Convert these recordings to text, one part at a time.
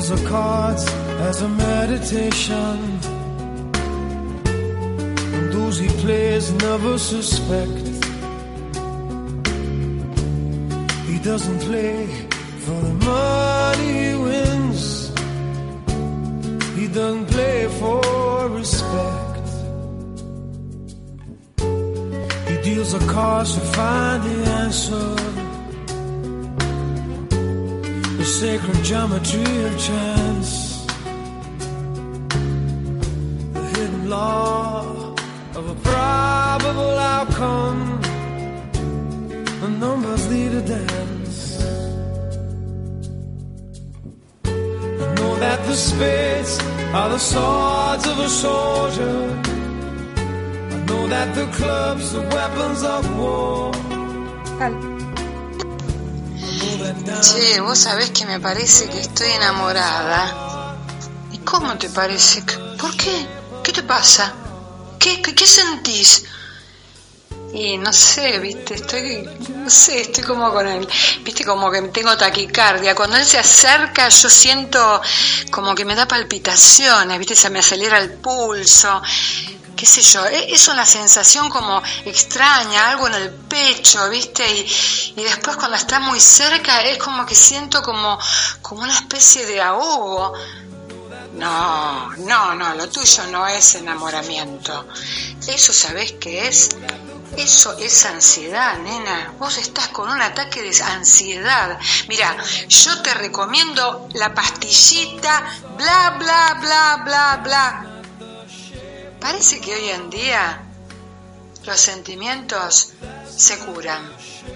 deals the cards as a meditation, and those he plays never suspect. He doesn't play for the money he wins, he doesn't play for respect. He deals the cards to find the answer, the sacred geometry of chance, the hidden law of a probable outcome, the numbers lead a dance. I know that the spades are the swords of a soldier, I know that the clubs are weapons of war. Che, vos sabés que me parece que estoy enamorada. ¿Y cómo te parece? ¿Por qué? ¿Qué te pasa? ¿Qué sentís? Y no sé, viste, estoy como con él, viste, como que tengo taquicardia. Cuando él se acerca yo siento como que me da palpitaciones, viste, se me acelera el pulso, qué sé yo, es una sensación como extraña, algo en el pecho, viste, y después cuando está muy cerca es como que siento como una especie de ahogo. No, lo tuyo no es enamoramiento. Eso, ¿sabés qué es? Eso es ansiedad, nena. Vos estás con un ataque de ansiedad. Mira, yo te recomiendo la pastillita, bla, bla, bla, bla, bla. Parece que hoy en día los sentimientos se curan.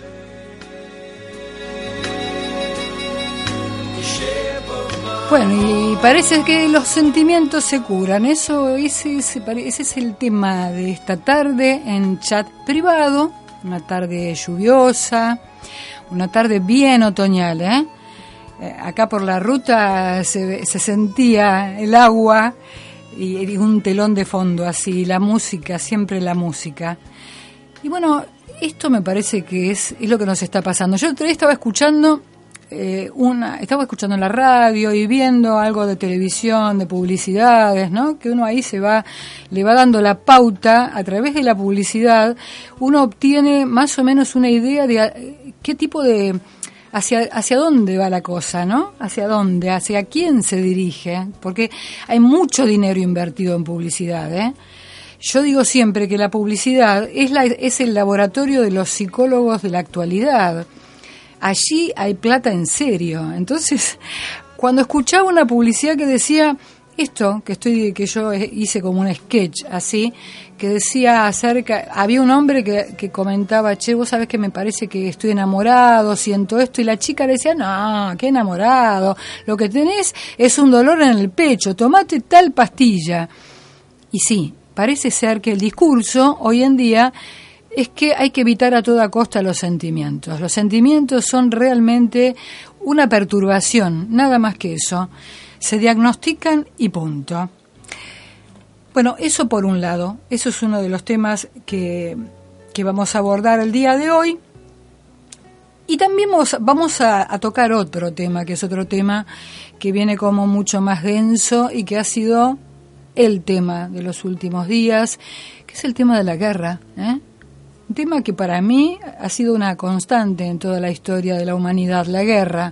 Bueno, y parece que los sentimientos se curan. Ese es el tema de esta tarde en chat privado. Una tarde lluviosa, una tarde bien otoñal, acá por la ruta se sentía el agua y un telón de fondo así, la música, siempre la música. Y bueno, esto me parece que es lo que nos está pasando. Yo otro día estaba escuchando en la radio y viendo algo de televisión, de publicidades, ¿no? Que uno ahí le va dando la pauta a través de la publicidad, uno obtiene más o menos una idea de qué tipo de hacia dónde va la cosa, ¿no? Hacia quién se dirige, porque hay mucho dinero invertido en publicidad, Yo digo siempre que la publicidad es el laboratorio de los psicólogos de la actualidad. Allí hay plata en serio. Entonces, cuando escuchaba una publicidad que decía esto, que yo hice como un sketch así, que decía había un hombre que comentaba, che, vos sabés que me parece que estoy enamorado, siento esto, y la chica le decía, no, qué enamorado, lo que tenés es un dolor en el pecho, tomate tal pastilla. Y sí, parece ser que el discurso hoy en día es que hay que evitar a toda costa los sentimientos. Los sentimientos son realmente una perturbación, nada más que eso. Se diagnostican y punto. Bueno, eso por un lado, eso es uno de los temas que vamos a abordar el día de hoy. Y también vamos a tocar otro tema, que es otro tema que viene como mucho más denso y que ha sido el tema de los últimos días, que es el tema de la guerra, Un tema que para mí ha sido una constante en toda la historia de la humanidad, la guerra,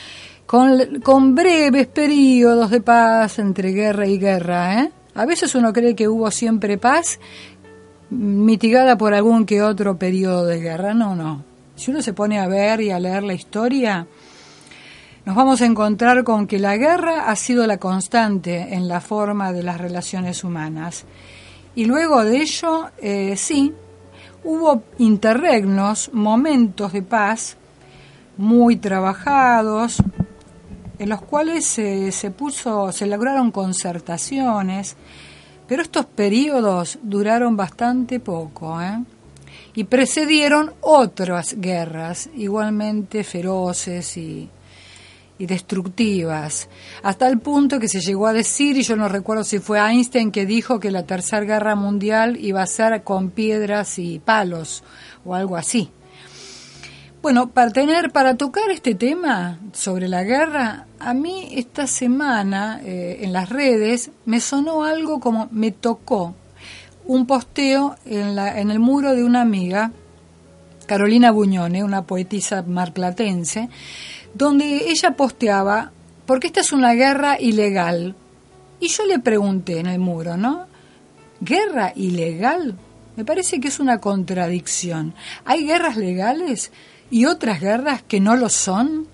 con breves periodos de paz entre guerra y guerra, A veces uno cree que hubo siempre paz, mitigada por algún que otro periodo de guerra. No. Si uno se pone a ver y a leer la historia, nos vamos a encontrar con que la guerra ha sido la constante en la forma de las relaciones humanas. Y luego de ello, sí, hubo interregnos, momentos de paz muy trabajados, en los cuales se lograron concertaciones, pero estos periodos duraron bastante poco, y precedieron otras guerras igualmente feroces y destructivas, hasta el punto que se llegó a decir, y yo no recuerdo si fue Einstein que dijo que la Tercera Guerra Mundial iba a ser con piedras y palos o algo así. Bueno, para tocar este tema sobre la guerra, a mí esta semana en las redes me sonó algo como me tocó un posteo en el muro de una amiga, Carolina Buñone, una poetisa marplatense, donde ella posteaba, porque esta es una guerra ilegal. Y yo le pregunté en el muro, ¿no? ¿Guerra ilegal? Me parece que es una contradicción. ¿Hay guerras legales y otras guerras que no lo son?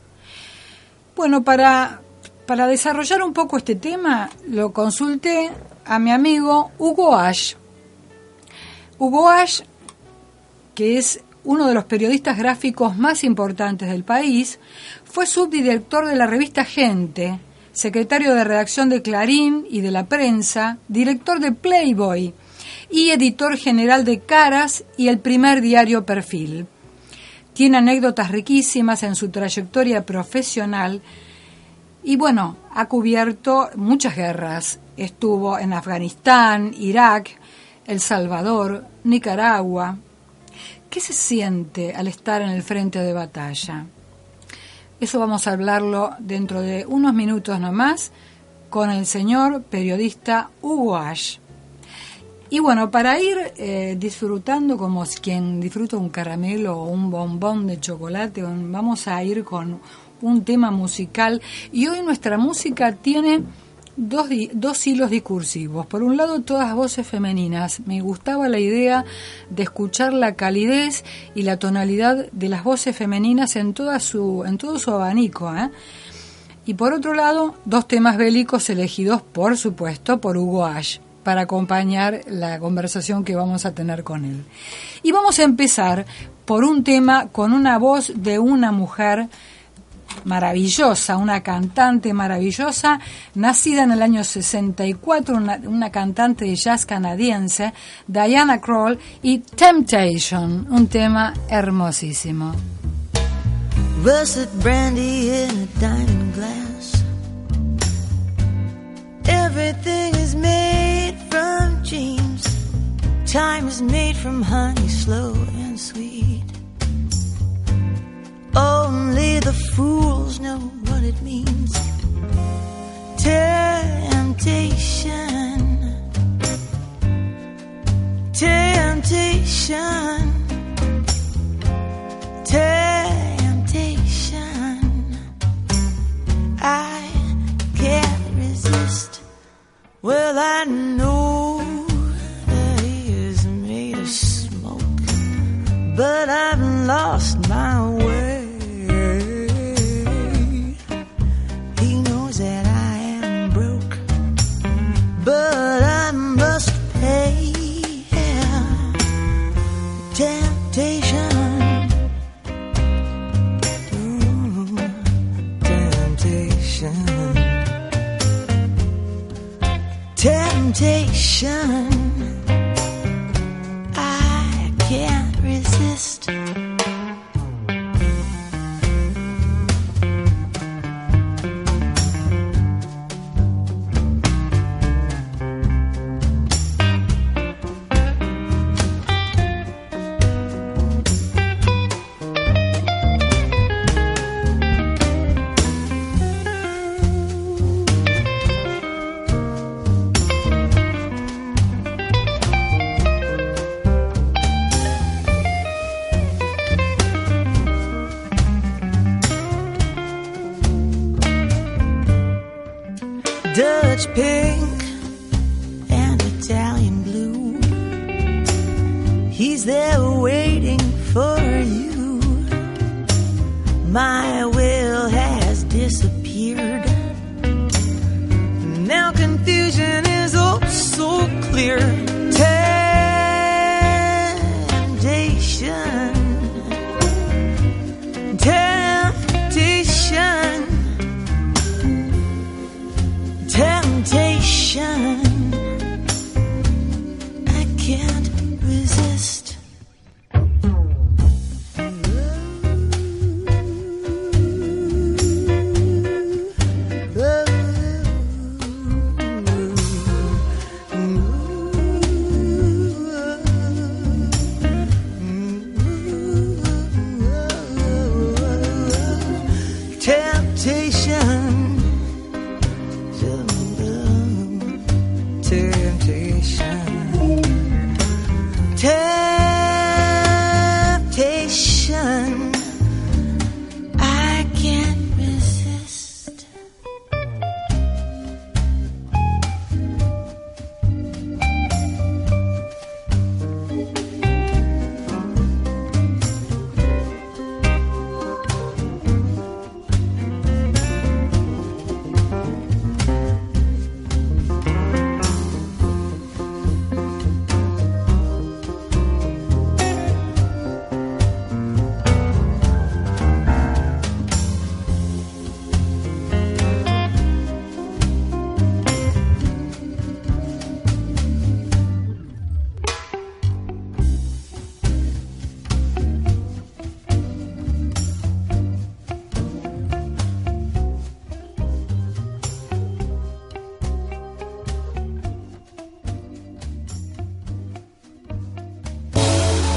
Bueno, para desarrollar un poco este tema, lo consulté a mi amigo Hugo Ash. Hugo Ash, que es uno de los periodistas gráficos más importantes del país, fue subdirector de la revista Gente, secretario de redacción de Clarín y de La Prensa, director de Playboy y editor general de Caras y el primer diario Perfil. Tiene anécdotas riquísimas en su trayectoria profesional y bueno, ha cubierto muchas guerras. Estuvo en Afganistán, Irak, El Salvador, Nicaragua. ¿Qué se siente al estar en el frente de batalla? Eso vamos a hablarlo dentro de unos minutos nomás con el señor periodista Hugo Ash. Y bueno, para ir disfrutando como quien disfruta un caramelo o un bombón de chocolate, vamos a ir con un tema musical. Y hoy nuestra música tiene dos hilos discursivos. Por un lado, todas voces femeninas. Me gustaba la idea de escuchar la calidez y la tonalidad de las voces femeninas en todo su abanico, ¿eh? Y por otro lado, dos temas bélicos elegidos, por supuesto, por Hugo Ash, para acompañar la conversación que vamos a tener con él. Y vamos a empezar por un tema con una voz de una mujer maravillosa, una cantante maravillosa, nacida en el año 64, una cantante de jazz canadiense, Diana Krall, y Temptation, un tema hermosísimo. Russet brandy in a diamond glass. Everything is made from dreams. Time is made from honey, slow and sweet. Only the fools know what it means. Temptation, temptation, temptation. I can't resist. Well, I know that he is made of smoke, but I've lost my way. He knows that I am broke, but I must pay. Temptation, ooh, temptation, temptation. I can't resist. Dutch pink and Italian blue. He's there waiting for you. My will has disappeared. Now confusion is oh so clear. Temptation, temptation, temptation. I can't resist.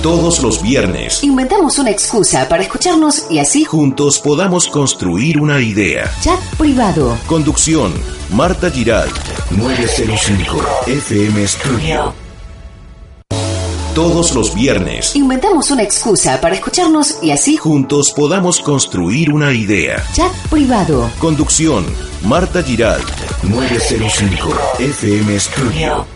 Todos los viernes inventamos una excusa para escucharnos y así juntos podamos construir una idea. Chat privado. Conducción: Marta Giral, 905 FM Studio. Todos los viernes inventamos una excusa para escucharnos y así juntos podamos construir una idea. Chat privado. Conducción: Marta Giral, 905 FM Studio.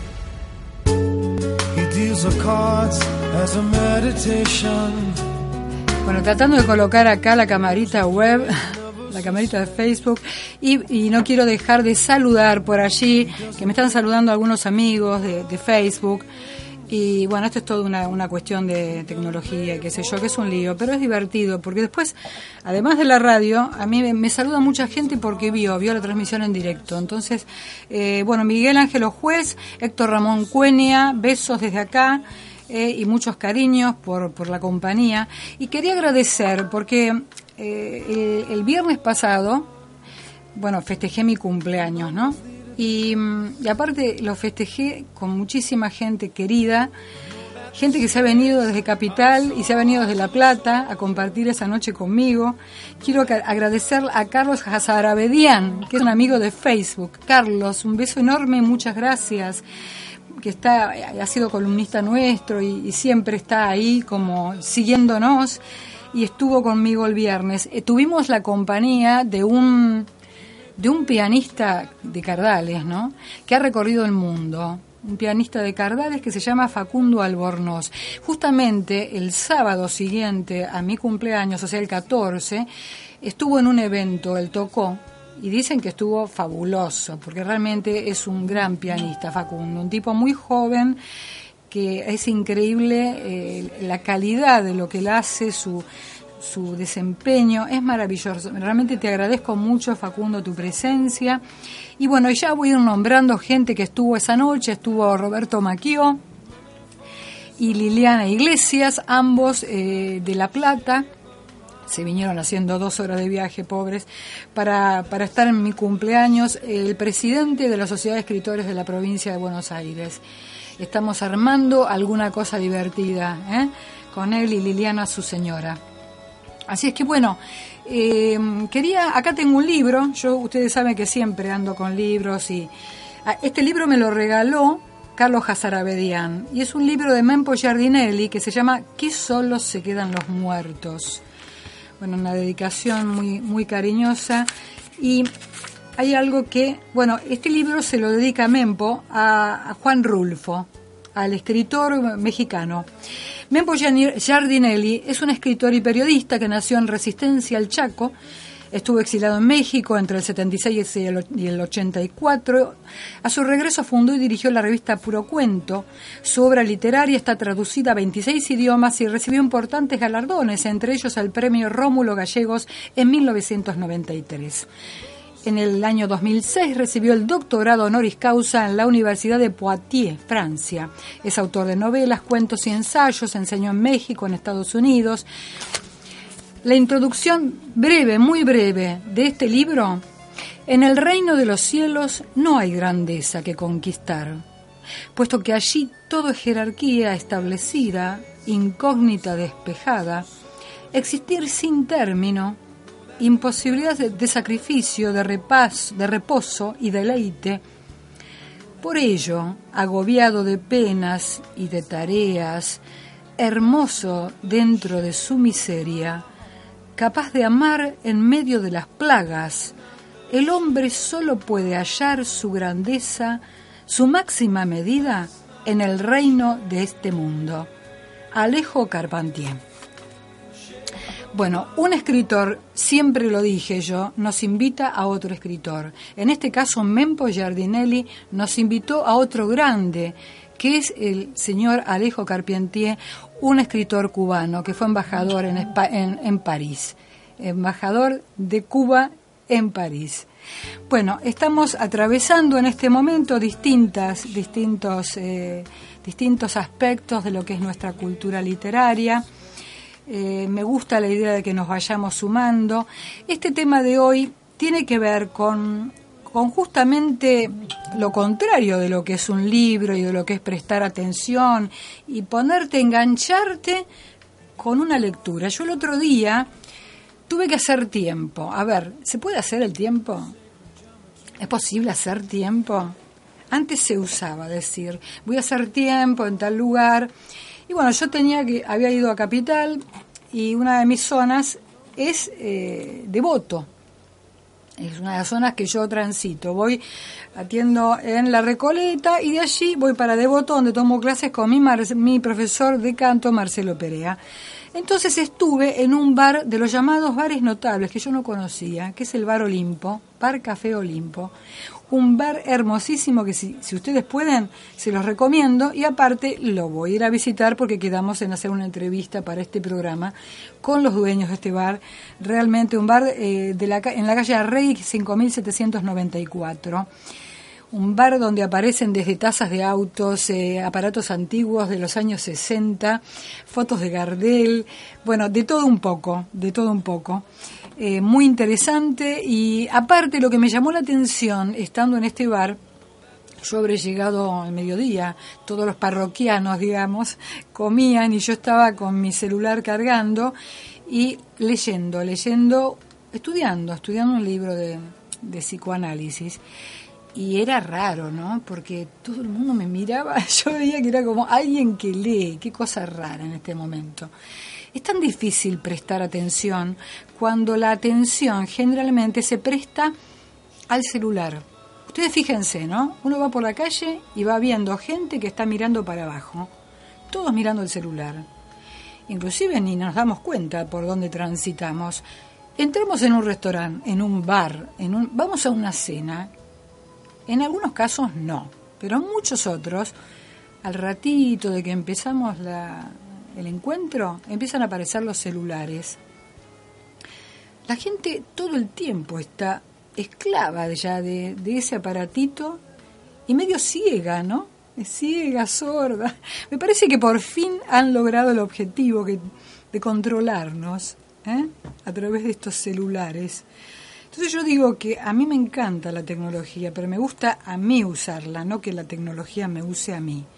Bueno, tratando de colocar acá la camarita web, la camarita de Facebook, y no quiero dejar de saludar por allí, que me están saludando algunos amigos de Facebook. Y bueno, esto es toda una cuestión de tecnología, qué sé yo, que es un lío, pero es divertido, porque después, además de la radio, a mí me saluda mucha gente porque vio la transmisión en directo. Entonces, bueno, Miguel Ángelo Juez, Héctor Ramón Cuenia, besos desde acá, y muchos cariños por la compañía. Y quería agradecer, porque el viernes pasado, bueno, festejé mi cumpleaños, ¿no? Y aparte lo festejé con muchísima gente querida, gente que se ha venido desde Capital y se ha venido desde La Plata a compartir esa noche conmigo. Quiero agradecer a Carlos Hazarabedian, que es un amigo de Facebook. Carlos, un beso enorme, muchas gracias, que ha sido columnista nuestro y siempre está ahí como siguiéndonos, y estuvo conmigo el viernes. Tuvimos la compañía de un pianista de Cardales, ¿no?, que ha recorrido el mundo, un pianista de Cardales que se llama Facundo Albornoz. Justamente el sábado siguiente a mi cumpleaños, o sea el 14, estuvo en un evento, él tocó, y dicen que estuvo fabuloso, porque realmente es un gran pianista, Facundo, un tipo muy joven, que es increíble la calidad de lo que él hace, su desempeño es maravilloso. Realmente te agradezco mucho, Facundo, tu presencia. Y bueno, ya voy a ir nombrando gente que estuvo esa noche. Estuvo Roberto Macchio y Liliana Iglesias, ambos de La Plata. Se vinieron haciendo 2 horas de viaje, pobres, para estar en mi cumpleaños. El presidente de la Sociedad de Escritores de la provincia de Buenos Aires. Estamos armando alguna cosa divertida, con él y Liliana, su señora. Así es que bueno, acá tengo un libro. Ustedes saben que siempre ando con libros, y este libro me lo regaló Carlos Hazarabedian, y es un libro de Mempo Giardinelli que se llama ¿Qué solos se quedan los muertos? Bueno, una dedicación muy, muy cariñosa. Y hay algo que, bueno, este libro se lo dedica Mempo a Juan Rulfo, al escritor mexicano. Mempo Giardinelli es un escritor y periodista que nació en Resistencia al Chaco. Estuvo exilado en México entre el 76 y el 84. A su regreso fundó y dirigió la revista Puro Cuento. Su obra literaria está traducida a 26 idiomas y recibió importantes galardones, entre ellos el premio Rómulo Gallegos en 1993. En el año 2006 recibió el doctorado honoris causa en la Universidad de Poitiers, Francia. Es autor de novelas, cuentos y ensayos, enseñó en México, en Estados Unidos. La introducción breve, muy breve, de este libro: en el reino de los cielos no hay grandeza que conquistar, puesto que allí todo es jerarquía establecida, incógnita despejada, existir sin término, imposibilidad de sacrificio, de reposo y deleite. Por ello, agobiado de penas y de tareas, hermoso dentro de su miseria, capaz de amar en medio de las plagas, el hombre solo puede hallar su grandeza, su máxima medida, en el reino de este mundo. Alejo Carpentier. Bueno, un escritor, siempre lo dije yo, nos invita a otro escritor. En este caso, Mempo Giardinelli nos invitó a otro grande, que es el señor Alejo Carpentier, un escritor cubano que fue embajador en París, embajador de Cuba en París. Bueno, estamos atravesando en este momento distintos aspectos de lo que es nuestra cultura literaria. Me gusta la idea de que nos vayamos sumando. Este tema de hoy tiene que ver con con justamente lo contrario de lo que es un libro y de lo que es prestar atención y engancharte con una lectura. Yo el otro día tuve que hacer tiempo. A ver, ¿se puede hacer el tiempo? ¿Es posible hacer tiempo? Antes se usaba decir, voy a hacer tiempo en tal lugar. Y bueno, yo había ido a Capital y una de mis zonas es Devoto. Es una de las zonas que yo transito. Atiendo en La Recoleta y de allí voy para Devoto, donde tomo clases con mi profesor de canto, Marcelo Perea. Entonces estuve en un bar de los llamados bares notables que yo no conocía, que es el Bar Olimpo, Bar Café Olimpo. Un bar hermosísimo que si ustedes pueden, se los recomiendo. Y aparte lo voy a ir a visitar porque quedamos en hacer una entrevista para este programa con los dueños de este bar. Realmente un bar en la calle Rey 5794. Un bar donde aparecen desde tazas de autos, aparatos antiguos de los años 60, fotos de Gardel, bueno, de todo un poco. Muy interesante. Y aparte lo que me llamó la atención estando en este bar, yo habré llegado al mediodía, todos los parroquianos, digamos, comían y yo estaba con mi celular cargando y leyendo, estudiando un libro de psicoanálisis. Y era raro, ¿no? Porque todo el mundo me miraba, yo veía que era como alguien que lee, qué cosa rara en este momento. Es tan difícil prestar atención cuando la atención generalmente se presta al celular. Ustedes fíjense, ¿no? Uno va por la calle y va viendo gente que está mirando para abajo, todos mirando el celular. Inclusive ni nos damos cuenta por dónde transitamos. Entramos en un restaurante, en un bar, vamos a una cena. En algunos casos no, pero en muchos otros, al ratito de que empezamos el encuentro, empiezan a aparecer los celulares. La gente todo el tiempo está esclava ya de ese aparatito y medio ciega, ¿no? Es ciega, sorda. Me parece que por fin han logrado el objetivo de controlarnos a través de estos celulares. Entonces yo digo que a mí me encanta la tecnología, pero me gusta a mí usarla, no que la tecnología me use a mí.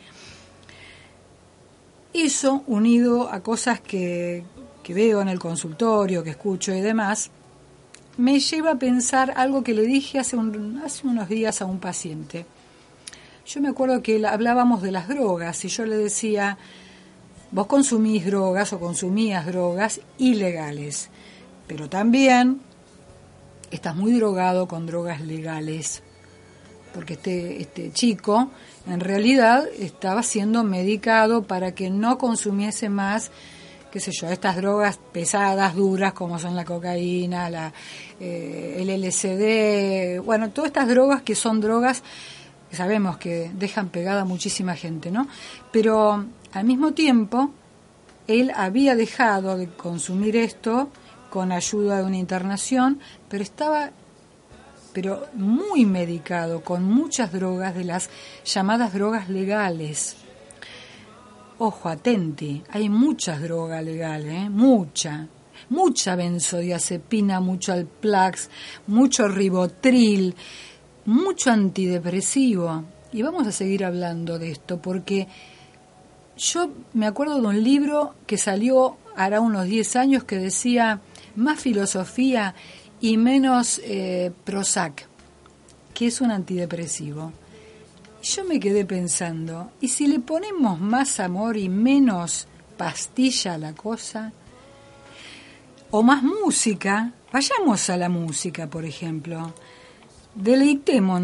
Eso, unido a cosas que veo en el consultorio, que escucho y demás, me lleva a pensar algo que le dije hace unos días a un paciente. Yo me acuerdo que hablábamos de las drogas y yo le decía, vos consumís drogas o consumías drogas ilegales, pero también estás muy drogado con drogas legales, porque este chico en realidad estaba siendo medicado para que no consumiese más, qué sé yo, estas drogas pesadas, duras, como son la cocaína, el LSD, bueno, todas estas drogas que son drogas que sabemos que dejan pegada a muchísima gente, ¿no? Pero al mismo tiempo, él había dejado de consumir esto con ayuda de una internación, pero estaba muy medicado con muchas drogas, de las llamadas drogas legales. Ojo, atenti, hay muchas drogas legales, mucha benzodiazepina, mucho Alplax, mucho Ribotril, mucho antidepresivo. Y vamos a seguir hablando de esto, porque yo me acuerdo de un libro que salió hará unos 10 años que decía más filosofía y menos Prozac, que es un antidepresivo. Y yo me quedé pensando, ¿y si le ponemos más amor y menos pastilla a la cosa? O más música, vayamos a la música, por ejemplo. Deleitemos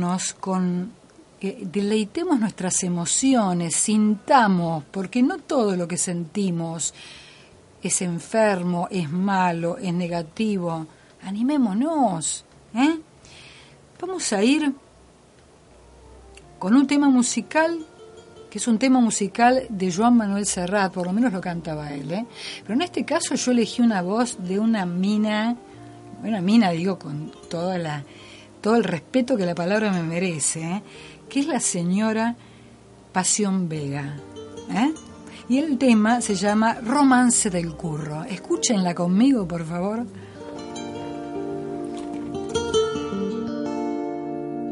nuestras emociones, sintamos, porque no todo lo que sentimos es enfermo, es malo, es negativo. Animémonos, Vamos a ir con un tema musical, que es un tema musical de Joan Manuel Serrat, por lo menos lo cantaba él, Pero en este caso yo elegí una voz de una mina digo con todo el respeto que la palabra me merece, que es la señora Pasión Vega, Y el tema se llama Romance del Curro. Escúchenla conmigo, por favor.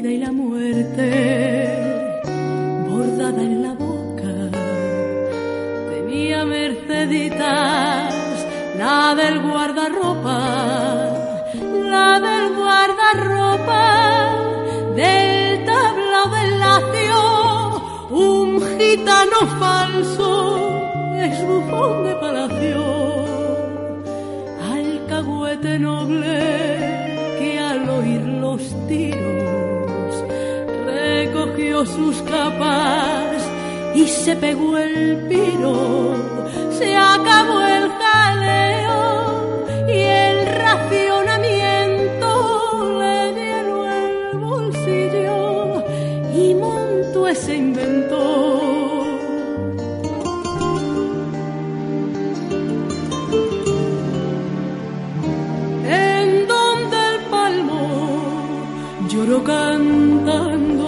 vida y la muerte bordada en la boca. Tenía Merceditas, la del guardarropa, la del guardarropa del tablao del Lacio, un gitano falso, es bufón de palacio, alcahuete noble que al oír los tiros recogió sus capas y se pegó el piro. Se acabó el jaleo y el racionamiento le llenó el bolsillo y montó ese invento. En donde el palmo lloró cantando,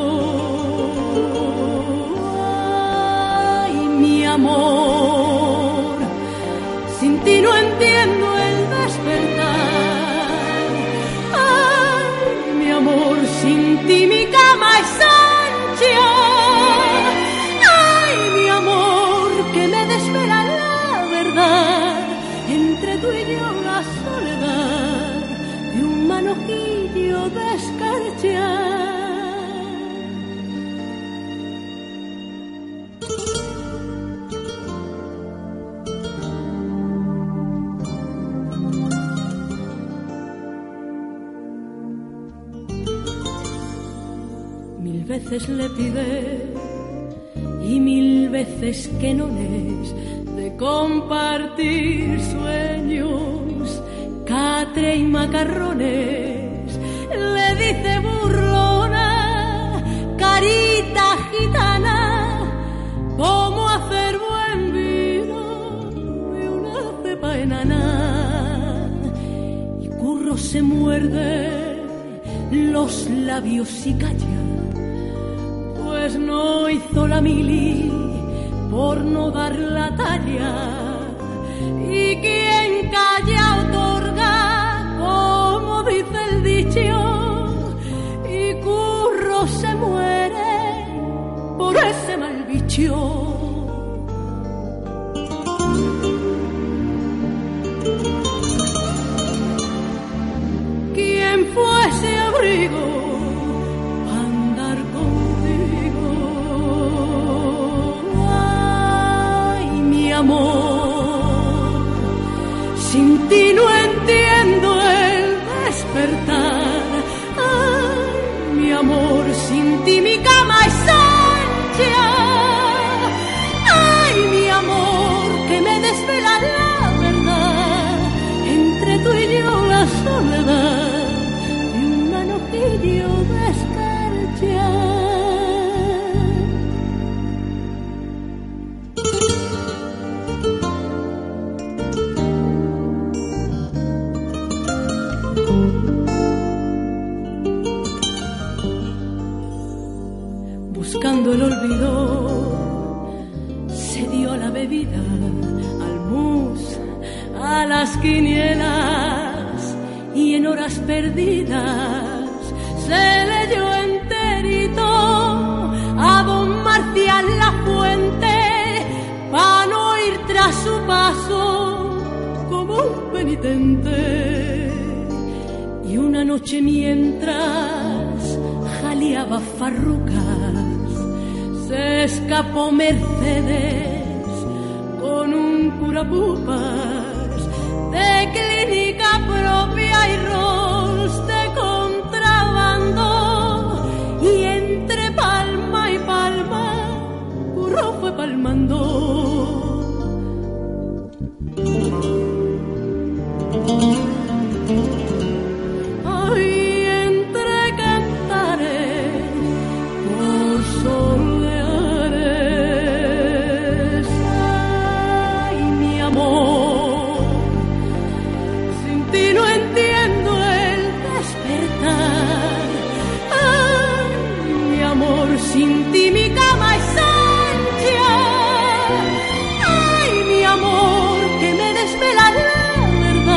ay, mi amor, sin ti no entiendo el despertar. Ay, mi amor, sin ti mi cama es ancha. Ay, mi amor, que me desvela la verdad. Entre tú y yo la soledad de un manojillo de escarcha. Mil veces le pide y mil veces que no es de compartir sueños, catre y macarrones. Le dice burlona, carita gitana, cómo hacer buen vino de una cepa enana. Y Curro se muerde los labios y calla, pues no hizo la mili por no dar la talla. Y quien calla otorga, como dice el dicho, y Curro se muere por ese mal bicho. Quien fuese abrigo amor, sin ti no entiendo el despertar. Ay, mi amor, sin ti mi cama es ancha. Ay, mi amor, que me desvela la verdad. Entre tú y yo la soledad de un manojillo de escarcha. Buscando el olvido, se dio a la bebida, al mus, a las quinielas, y en horas perdidas se leyó enterito a don Marcial Lafuente, pa' no ir tras su paso como un penitente. Y una noche mientras jaleaba farrucas, se escapó Mercedes con un curapupas de clínica propia y rolls de contrabando. Y entre palma y palma, Curro fue palmando. Sin ti mi cama es ancha. Ay, mi amor, que me desvela la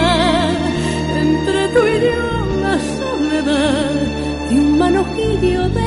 verdad. Entre tú y yo la soledad de un manojillo de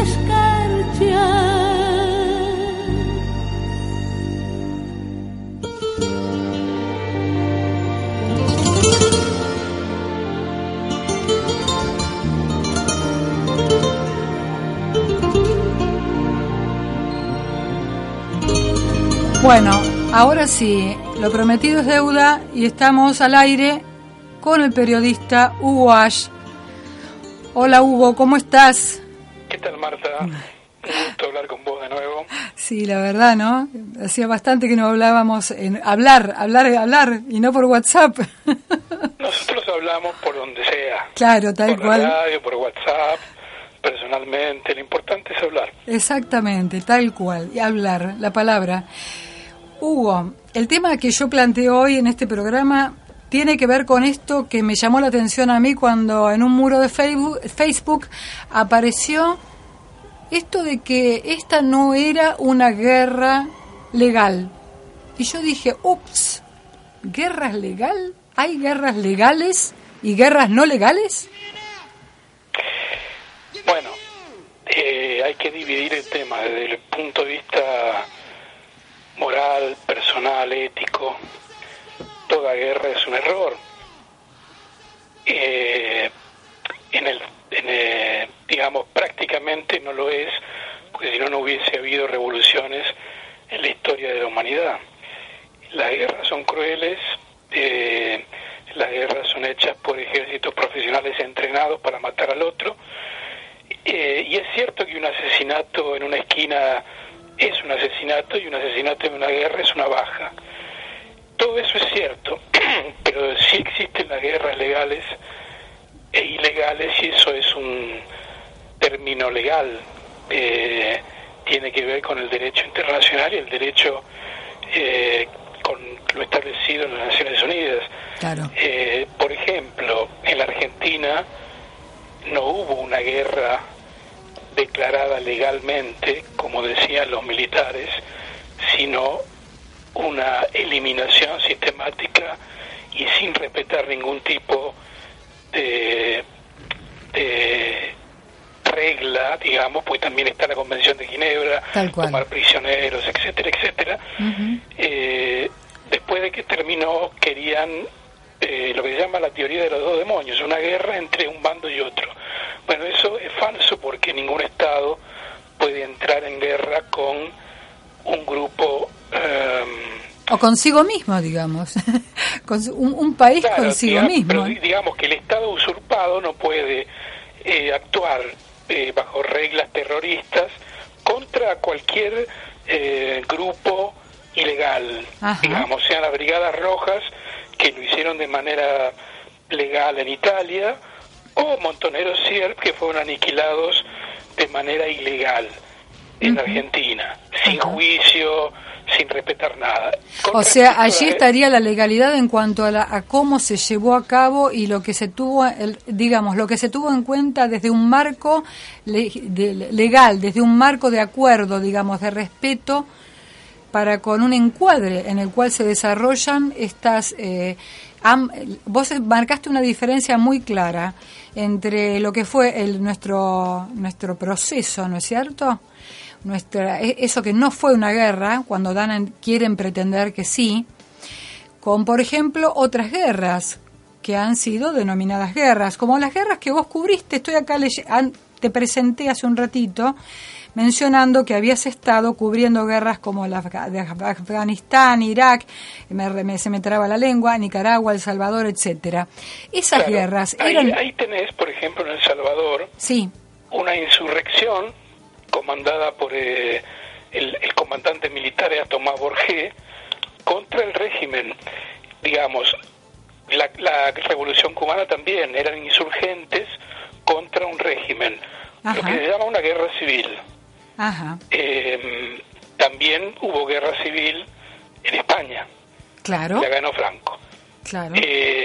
Bueno, ahora sí, lo prometido es deuda y estamos al aire con el periodista Hugo Ash. Hola Hugo, ¿cómo estás? ¿Qué tal, Marta? Un gusto hablar con vos de nuevo. Sí, la verdad, ¿no? Hacía bastante que no hablábamos en hablar y no por WhatsApp. Nosotros hablamos por donde sea. Claro, tal por cual. Por radio, por WhatsApp, personalmente. Lo importante es hablar. Exactamente, tal cual. Y hablar, la palabra. Hugo, el tema que yo planteo hoy en este programa tiene que ver con esto que me llamó la atención a mí cuando en un muro de Facebook apareció esto de que esta no era una guerra legal. Y yo dije, ups, ¿guerras legal? ¿Hay guerras legales y guerras no legales? Bueno, hay que dividir el tema desde el punto de vista moral, personal, ético. Toda guerra es un error. Digamos, prácticamente no lo es, porque si no, no hubiese habido revoluciones en la historia de la humanidad. Las guerras son crueles, las guerras son hechas por ejércitos profesionales entrenados para matar al otro, y es cierto que un asesinato en una esquina es un asesinato y un asesinato en una guerra es una baja. Todo eso es cierto, pero sí existen las guerras legales e ilegales, y eso es un término legal. Tiene que ver con el derecho internacional y el derecho con lo establecido en las Naciones Unidas. Claro. Por ejemplo, en la Argentina no hubo una guerra declarada legalmente, como decían los militares, sino una eliminación sistemática y sin respetar ningún tipo de regla, digamos, pues también está la Convención de Ginebra, tomar prisioneros, etcétera, etcétera. Después de que terminó, querían lo que se llama la teoría de los dos demonios, una guerra entre un bando y otro. Bueno, eso es falso, porque ningún Estado puede entrar en guerra con un grupo o consigo mismo, digamos. Con un país, claro, consigo mismo. Pero digamos que el Estado usurpado no puede actuar bajo reglas terroristas contra cualquier grupo ilegal. Ajá. Digamos, sean las Brigadas Rojas, que lo hicieron de manera legal en Italia, o Montoneros Sierp, que fueron aniquilados de manera ilegal en Argentina, sin juicio, sin respetar nada. O sea, allí estaría la legalidad en cuanto a cómo se llevó a cabo y lo que se tuvo, lo que se tuvo en cuenta desde un marco legal, desde un marco de acuerdo, digamos, de respeto, para con un encuadre en el cual se desarrollan estas... vos marcaste una diferencia muy clara entre lo que fue nuestro proceso, ¿no es cierto? Eso que no fue una guerra, cuando quieren pretender que sí, con, por ejemplo, otras guerras que han sido denominadas guerras, como las guerras que vos cubriste. Estoy acá, te presenté hace un ratito, mencionando que habías estado cubriendo guerras como la de Afganistán, Irak, se me traba la lengua, Nicaragua, El Salvador, etcétera. Esas guerras eran... Ahí tenés, por ejemplo, en El Salvador, sí, una insurrección comandada por el comandante militar Tomás Borgé contra el régimen. Digamos, la revolución cubana también eran insurgentes contra un régimen. Ajá. Lo que se llama una guerra civil. Ajá. También hubo guerra civil en España. Claro. La ganó Franco. Claro.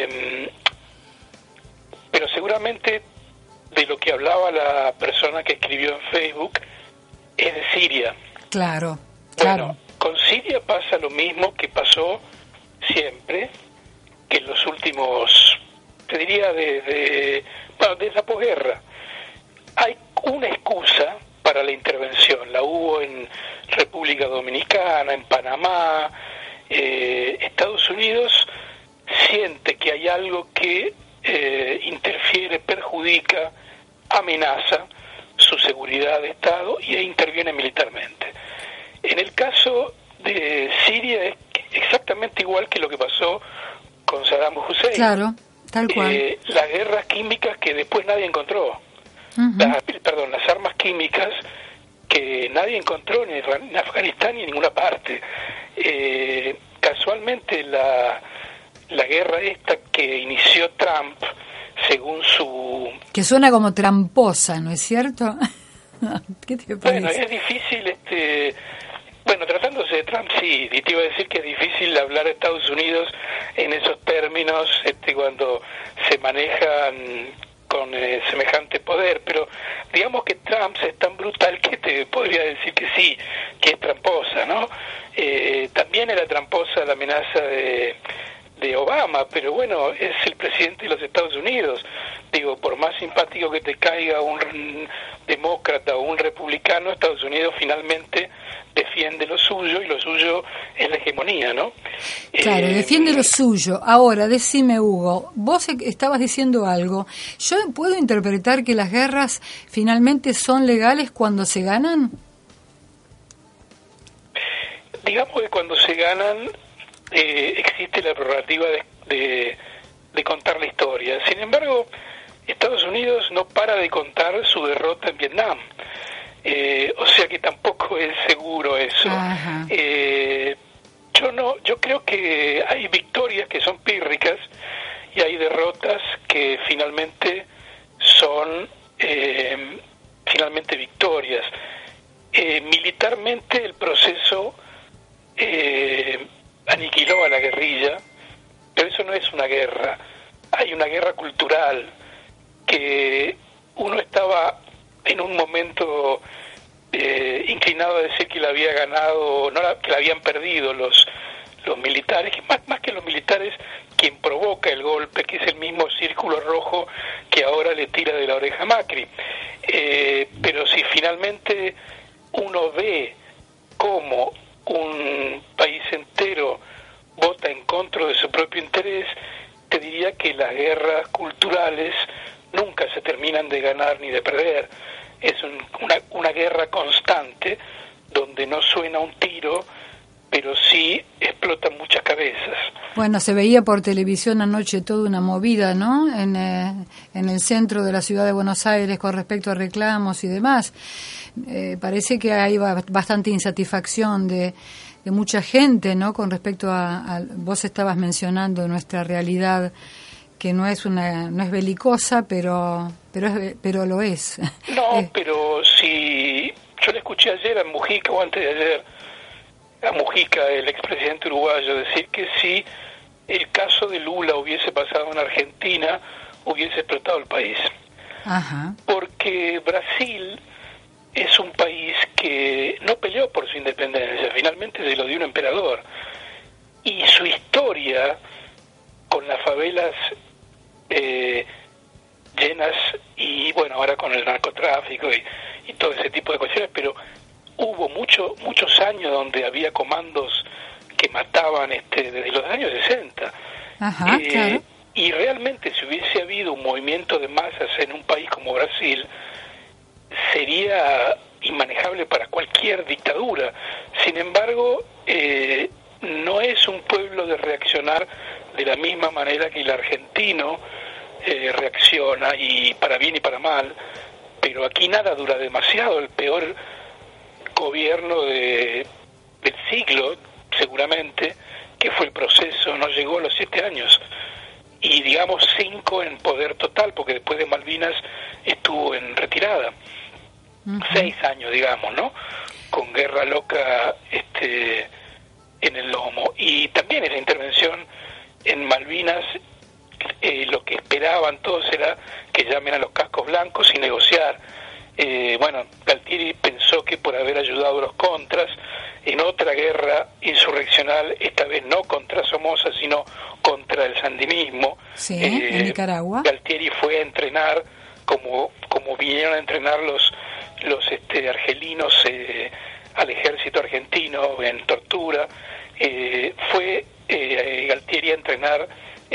Pero seguramente de lo que hablaba la persona que escribió en Facebook es de Siria. Claro, claro. Bueno, con Siria pasa lo mismo que pasó siempre, que en los últimos, te diría, desde la posguerra. Hay una excusa para la intervención, la hubo en República Dominicana, en Panamá. Estados Unidos siente que hay algo que interfiere, perjudica, amenaza su seguridad de Estado y interviene militarmente. En el caso de Siria es exactamente igual que lo que pasó con Saddam Hussein. Claro, tal cual. Las guerras químicas que después nadie encontró. Las armas químicas que nadie encontró ni en Afganistán ni en ninguna parte. Casualmente la guerra esta que inició Trump, según su... Que suena como tramposa, ¿no es cierto? ¿Qué te parece? Bueno, es difícil, tratándose de Trump, sí, y te iba a decir que es difícil hablar de Estados Unidos en esos términos cuando se manejan con semejante poder, pero digamos que Trump es tan brutal que te podría decir que sí, que es tramposa, ¿no? También era tramposa la amenaza de Obama, pero bueno, es el presidente de los Estados Unidos. Digo, por más simpático que te caiga un demócrata o un republicano, Estados Unidos finalmente defiende lo suyo, y lo suyo es la hegemonía, ¿no? Claro, defiende lo suyo. Ahora, decime, Hugo, vos estabas diciendo algo. ¿Yo puedo interpretar que las guerras finalmente son legales cuando se ganan? Digamos que cuando se ganan existe la prerrogativa de contar la historia. Sin embargo, Estados Unidos no para de contar su derrota en Vietnam. O sea que tampoco es seguro eso. Yo creo que hay victorias que son pírricas y hay derrotas que finalmente son victorias. Militarmente el proceso aniquiló a la guerrilla, pero eso no es una guerra. Hay una guerra cultural que uno estaba en un momento inclinado a decir que la había ganado, que la habían perdido los militares, que más que los militares, quien provoca el golpe, que es el mismo círculo rojo que ahora le tira de la oreja a Macri. Pero si finalmente uno ve cómo un país entero vota en contra de su propio interés, te diría que las guerras culturales nunca se terminan de ganar ni de perder. Es una guerra constante donde no suena un tiro, pero sí explotan muchas cabezas. Bueno, se veía por televisión anoche toda una movida, ¿no? En el centro de la ciudad de Buenos Aires con respecto a reclamos y demás. Parece que hay bastante insatisfacción de mucha gente, ¿no? Con respecto a vos estabas mencionando nuestra realidad, que no es belicosa, pero lo es. No, pero si yo le escuché ayer a Mujica, o antes de ayer, a Mujica, el expresidente uruguayo, decir que si el caso de Lula hubiese pasado en Argentina, hubiese explotado el país. Ajá. Porque Brasil es un país que no peleó por su independencia, finalmente se lo dio un emperador. Y su historia, con las favelas llenas, y bueno, ahora con el narcotráfico y todo ese tipo de cuestiones, pero hubo muchos años donde había comandos que mataban desde los años 60. Ajá, claro. Y realmente si hubiese habido un movimiento de masas en un país como Brasil, sería inmanejable para cualquier dictadura. Sin embargo, no es un pueblo de reaccionar de la misma manera que el argentino reacciona, y para bien y para mal, pero aquí nada dura demasiado. El peor gobierno del siglo, seguramente, que fue el proceso, no llegó a los 7 años, y digamos 5 en poder total, porque después de Malvinas estuvo en retirada. 6 años, digamos, ¿no? Con guerra loca en el lomo. Y también en la intervención en Malvinas, lo que esperaban todos era que llamen a los cascos blancos y negociar. Bueno, Galtieri pensó que por haber ayudado a los contras en otra guerra insurreccional, esta vez no contra Somoza, sino contra el sandinismo. Sí, en Nicaragua. Galtieri fue a entrenar, como vinieron a entrenar los argelinos al ejército argentino en tortura. Fue Galtieri a entrenar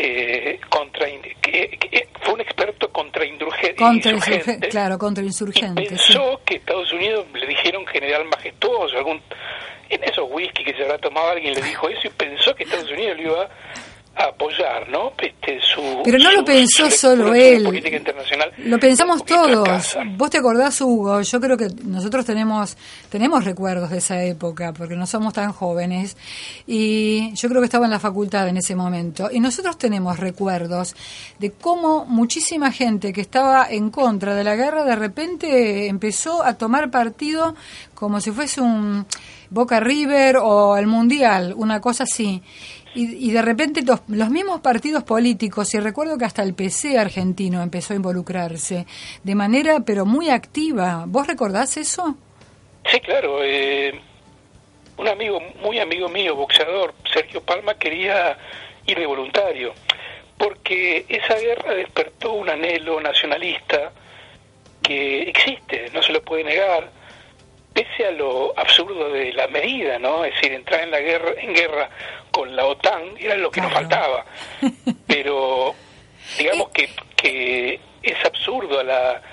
fue un experto contra insurgentes. Claro, contra insurgentes. Y pensó que Estados Unidos, le dijeron general majestuoso, en esos whisky que se habrá tomado alguien le dijo eso y pensó que Estados Unidos lo iba a apoyar, ¿no? Pero no lo pensó solo él, política internacional, lo pensamos todos. ¿Vos te acordás, Hugo? Yo creo que nosotros tenemos recuerdos de esa época, porque no somos tan jóvenes, y yo creo que estaba en la facultad en ese momento, y nosotros tenemos recuerdos de cómo muchísima gente que estaba en contra de la guerra de repente empezó a tomar partido como si fuese un Boca River o el Mundial, una cosa así. Y de repente los mismos partidos políticos, y recuerdo que hasta el PC argentino empezó a involucrarse de manera pero muy activa. ¿Vos recordás eso? Sí, claro. Un amigo, muy amigo mío, boxeador, Sergio Palma, quería ir de voluntario, porque esa guerra despertó un anhelo nacionalista que existe, no se lo puede negar, pese a lo absurdo de la medida, ¿no? Es decir, entrar en guerra con la OTAN era lo que nos faltaba. Pero digamos que es absurdo la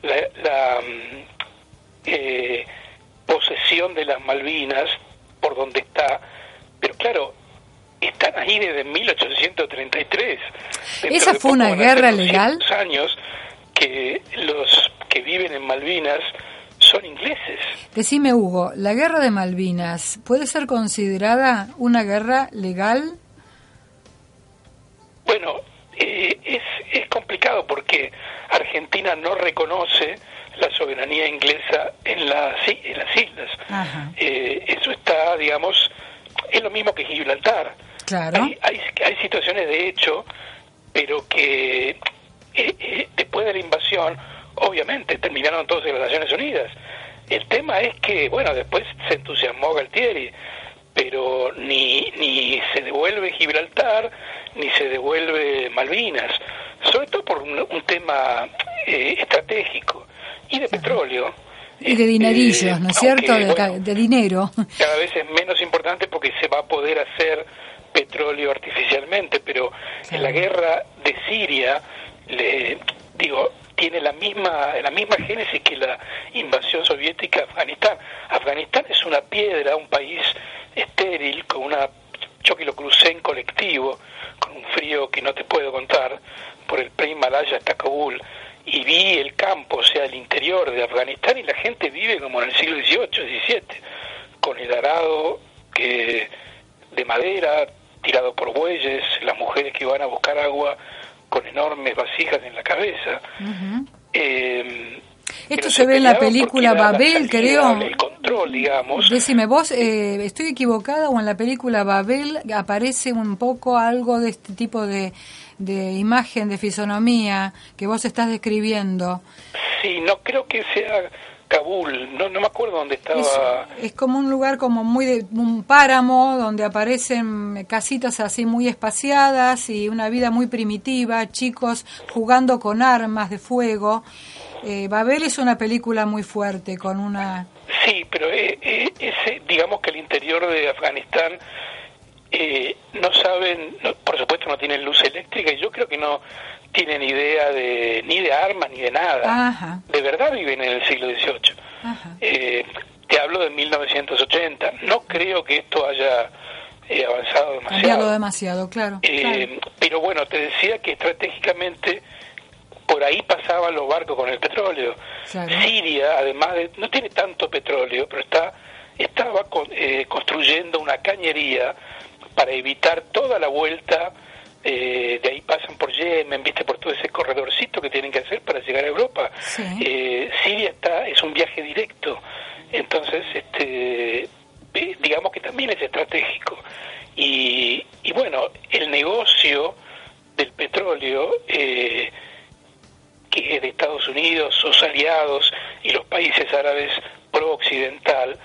posesión de las Malvinas por donde está, pero claro, están ahí desde 1833. ¿Esa fue una guerra legal? Años que los que viven en Malvinas son ingleses. Decime, Hugo, ¿la guerra de Malvinas puede ser considerada una guerra legal? Bueno, es complicado porque Argentina no reconoce la soberanía inglesa en las islas. Eso está, digamos, es lo mismo que Gibraltar. Claro. Hay situaciones de hecho, pero que después de la invasión, obviamente, terminaron todos en las Naciones Unidas. El tema es que, bueno, después se entusiasmó Galtieri, pero ni se devuelve Gibraltar, ni se devuelve Malvinas, sobre todo por un tema estratégico y de petróleo. Y de dinerillos, ¿no es cierto? De dinero. Cada vez es menos importante porque se va a poder hacer petróleo artificialmente, pero en la guerra de Siria, tiene la misma génesis que la invasión soviética a Afganistán. Afganistán es una piedra, un país estéril, yo que lo crucé en colectivo, con un frío que no te puedo contar, por el pre-Himalaya hasta Kabul, y vi el campo, o sea, el interior de Afganistán, y la gente vive como en el siglo XVIII, XVII, con el arado de madera, tirado por bueyes, las mujeres que van a buscar agua con enormes vasijas en la cabeza. Esto se ve en la película Babel, creo. El control, digamos. Decime, vos, ¿estoy equivocada o en la película Babel aparece un poco algo de este tipo de imagen, de fisonomía que vos estás describiendo? Sí, no creo que sea Kabul, no me acuerdo dónde estaba. Es como un lugar como muy de un páramo donde aparecen casitas así muy espaciadas y una vida muy primitiva, chicos jugando con armas de fuego. Babel es una película muy fuerte con una... Sí, pero digamos que el interior de Afganistán no saben, por supuesto no tienen luz eléctrica y yo creo que no tienen idea ni de armas ni de nada. Ajá. De verdad viven en el siglo XVIII. Te hablo de 1980. No creo que esto haya avanzado demasiado. Cambiado demasiado, claro. Pero bueno, te decía que estratégicamente por ahí pasaban los barcos con el petróleo. Claro. Siria, además no tiene tanto petróleo, pero estaba construyendo una cañería para evitar toda la vuelta. De ahí pasan por Yemen, viste, por todo ese corredorcito que tienen que hacer para llegar a Europa. Sí. Siria es un viaje directo, entonces digamos que también es estratégico. Y bueno, el negocio del petróleo que es de Estados Unidos, sus aliados y los países árabes pro-occidental,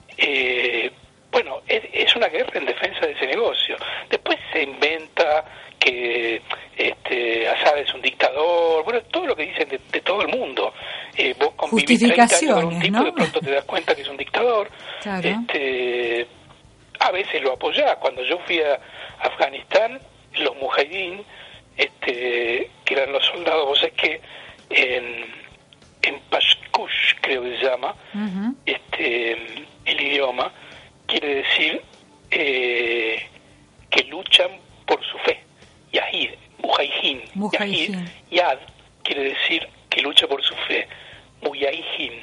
bueno, es una guerra en defensa de ese negocio. Después se inventa que Assad es un dictador, bueno, todo lo que dicen de todo el mundo. Vos convivís 30 años con un tipo, ¿no? De pronto te das cuenta que es un dictador. Claro. A veces lo apoyás. Cuando yo fui a Afganistán, los mujahidín, que eran los soldados, vos sabés que en Pashkush, creo que se llama, el idioma, quiere decir que luchan por su fe. Yahid, Mujahidin. Yad quiere decir que lucha por su fe. Mujahidin.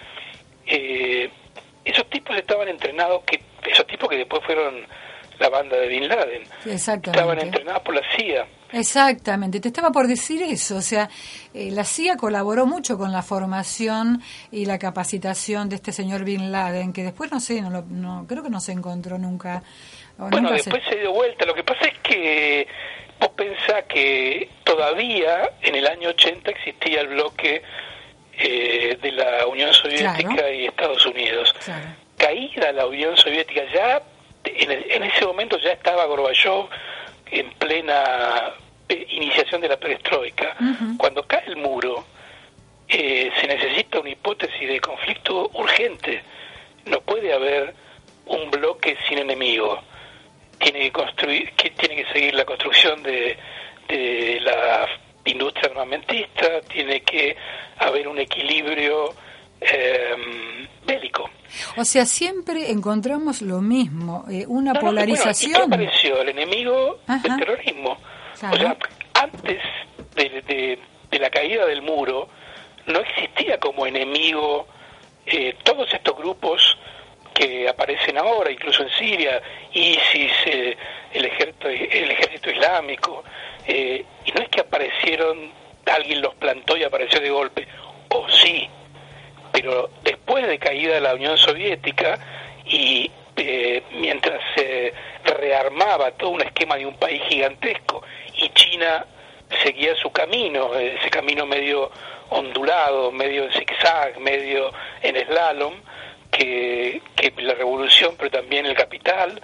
Esos tipos estaban entrenados, esos tipos que después fueron la banda de Bin Laden, estaban entrenados por la CIA. Exactamente, te estaba por decir eso, o sea, la CIA colaboró mucho con la formación y la capacitación de este señor Bin Laden, que después no creo que no se encontró nunca. Bueno, nunca después se dio vuelta. Lo que pasa es que vos pensás que todavía en el año 80 existía el bloque de la Unión Soviética y Estados Unidos. Claro. Caída la Unión Soviética, ya en ese momento ya estaba Gorbachov en plena iniciación de la perestroika. Uh-huh. Cuando cae el muro, se necesita una hipótesis de conflicto urgente. No puede haber un bloque sin enemigo. Tiene que seguir la construcción de la industria armamentista, tiene que haber un equilibrio bélico. O sea, siempre encontramos lo mismo, una polarización. Bueno, ¿y qué apareció? El enemigo del terrorismo. Claro. O sea, antes de la caída del muro, no existía como enemigo todos estos grupos que aparecen ahora, incluso en Siria, ISIS, el ejército islámico, y no es que aparecieron, alguien los plantó y apareció de golpe, o sí, pero después de caída de la Unión Soviética y mientras se rearmaba todo un esquema de un país gigantesco y China seguía su camino, ese camino medio ondulado, medio en zigzag, medio en slalom, que la revolución, pero también el capital,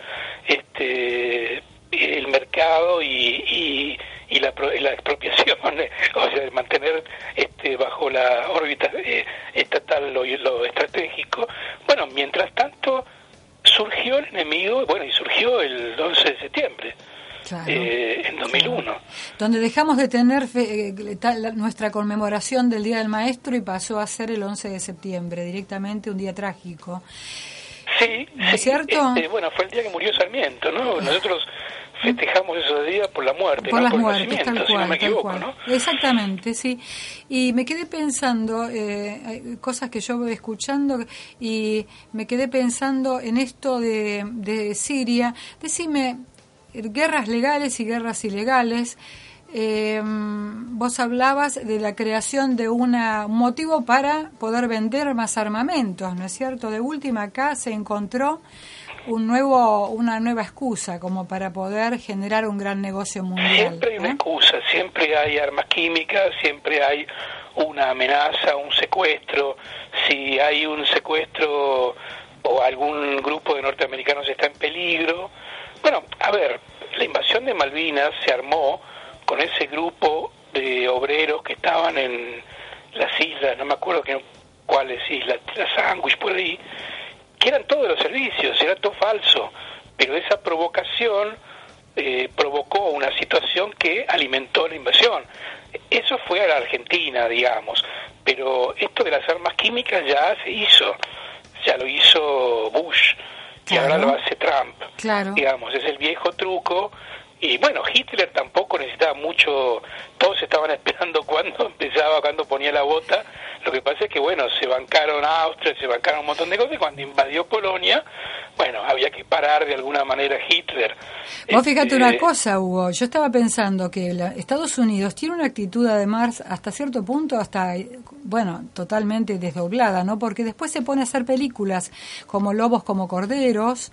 el mercado y la expropiación, o sea, mantener bajo la órbita estatal lo estratégico. Bueno, mientras tanto surgió el enemigo, y surgió el 11 de septiembre. Claro, en 2001. Claro. Donde dejamos de tener nuestra conmemoración del Día del Maestro y pasó a ser el 11 de septiembre, directamente un día trágico. Sí, ¿no es cierto? Fue el día que murió Sarmiento, ¿no? Nosotros festejamos esos días por la muerte, por no las por muertes, el nacimiento, tal cual, si no me equivoco, ¿no? Exactamente, sí. Y me quedé pensando, cosas que yo voy escuchando, y me quedé pensando en esto de Siria. Decime, guerras legales y guerras ilegales. Vos hablabas de la creación de un motivo para poder vender más armamentos, ¿no es cierto? De última, acá se encontró una nueva excusa como para poder generar un gran negocio mundial. Siempre hay una excusa, siempre hay armas químicas, siempre hay una amenaza, un secuestro. Si hay un secuestro o algún grupo de norteamericanos está en peligro. Bueno, a ver, la invasión de Malvinas se armó con ese grupo de obreros que estaban en las islas, no me acuerdo cuáles islas, la Sandwich, por ahí, que eran todos los servicios, era todo falso, pero esa provocación provocó una situación que alimentó la invasión. Eso fue a la Argentina, digamos, pero esto de las armas químicas ya se hizo, ya lo hizo Bush, y ahora lo hace Trump, digamos, es el viejo truco. Y bueno, Hitler tampoco necesitaba mucho, todos estaban esperando cuando ponía la bota. Lo que pasa es que, se bancaron a Austria, se bancaron un montón de cosas, y cuando invadió Polonia, había que parar de alguna manera a Hitler. Vos fíjate una cosa, Hugo, yo estaba pensando que Estados Unidos tiene una actitud además hasta cierto punto, totalmente desdoblada, ¿no? Porque después se pone a hacer películas como Lobos como Corderos,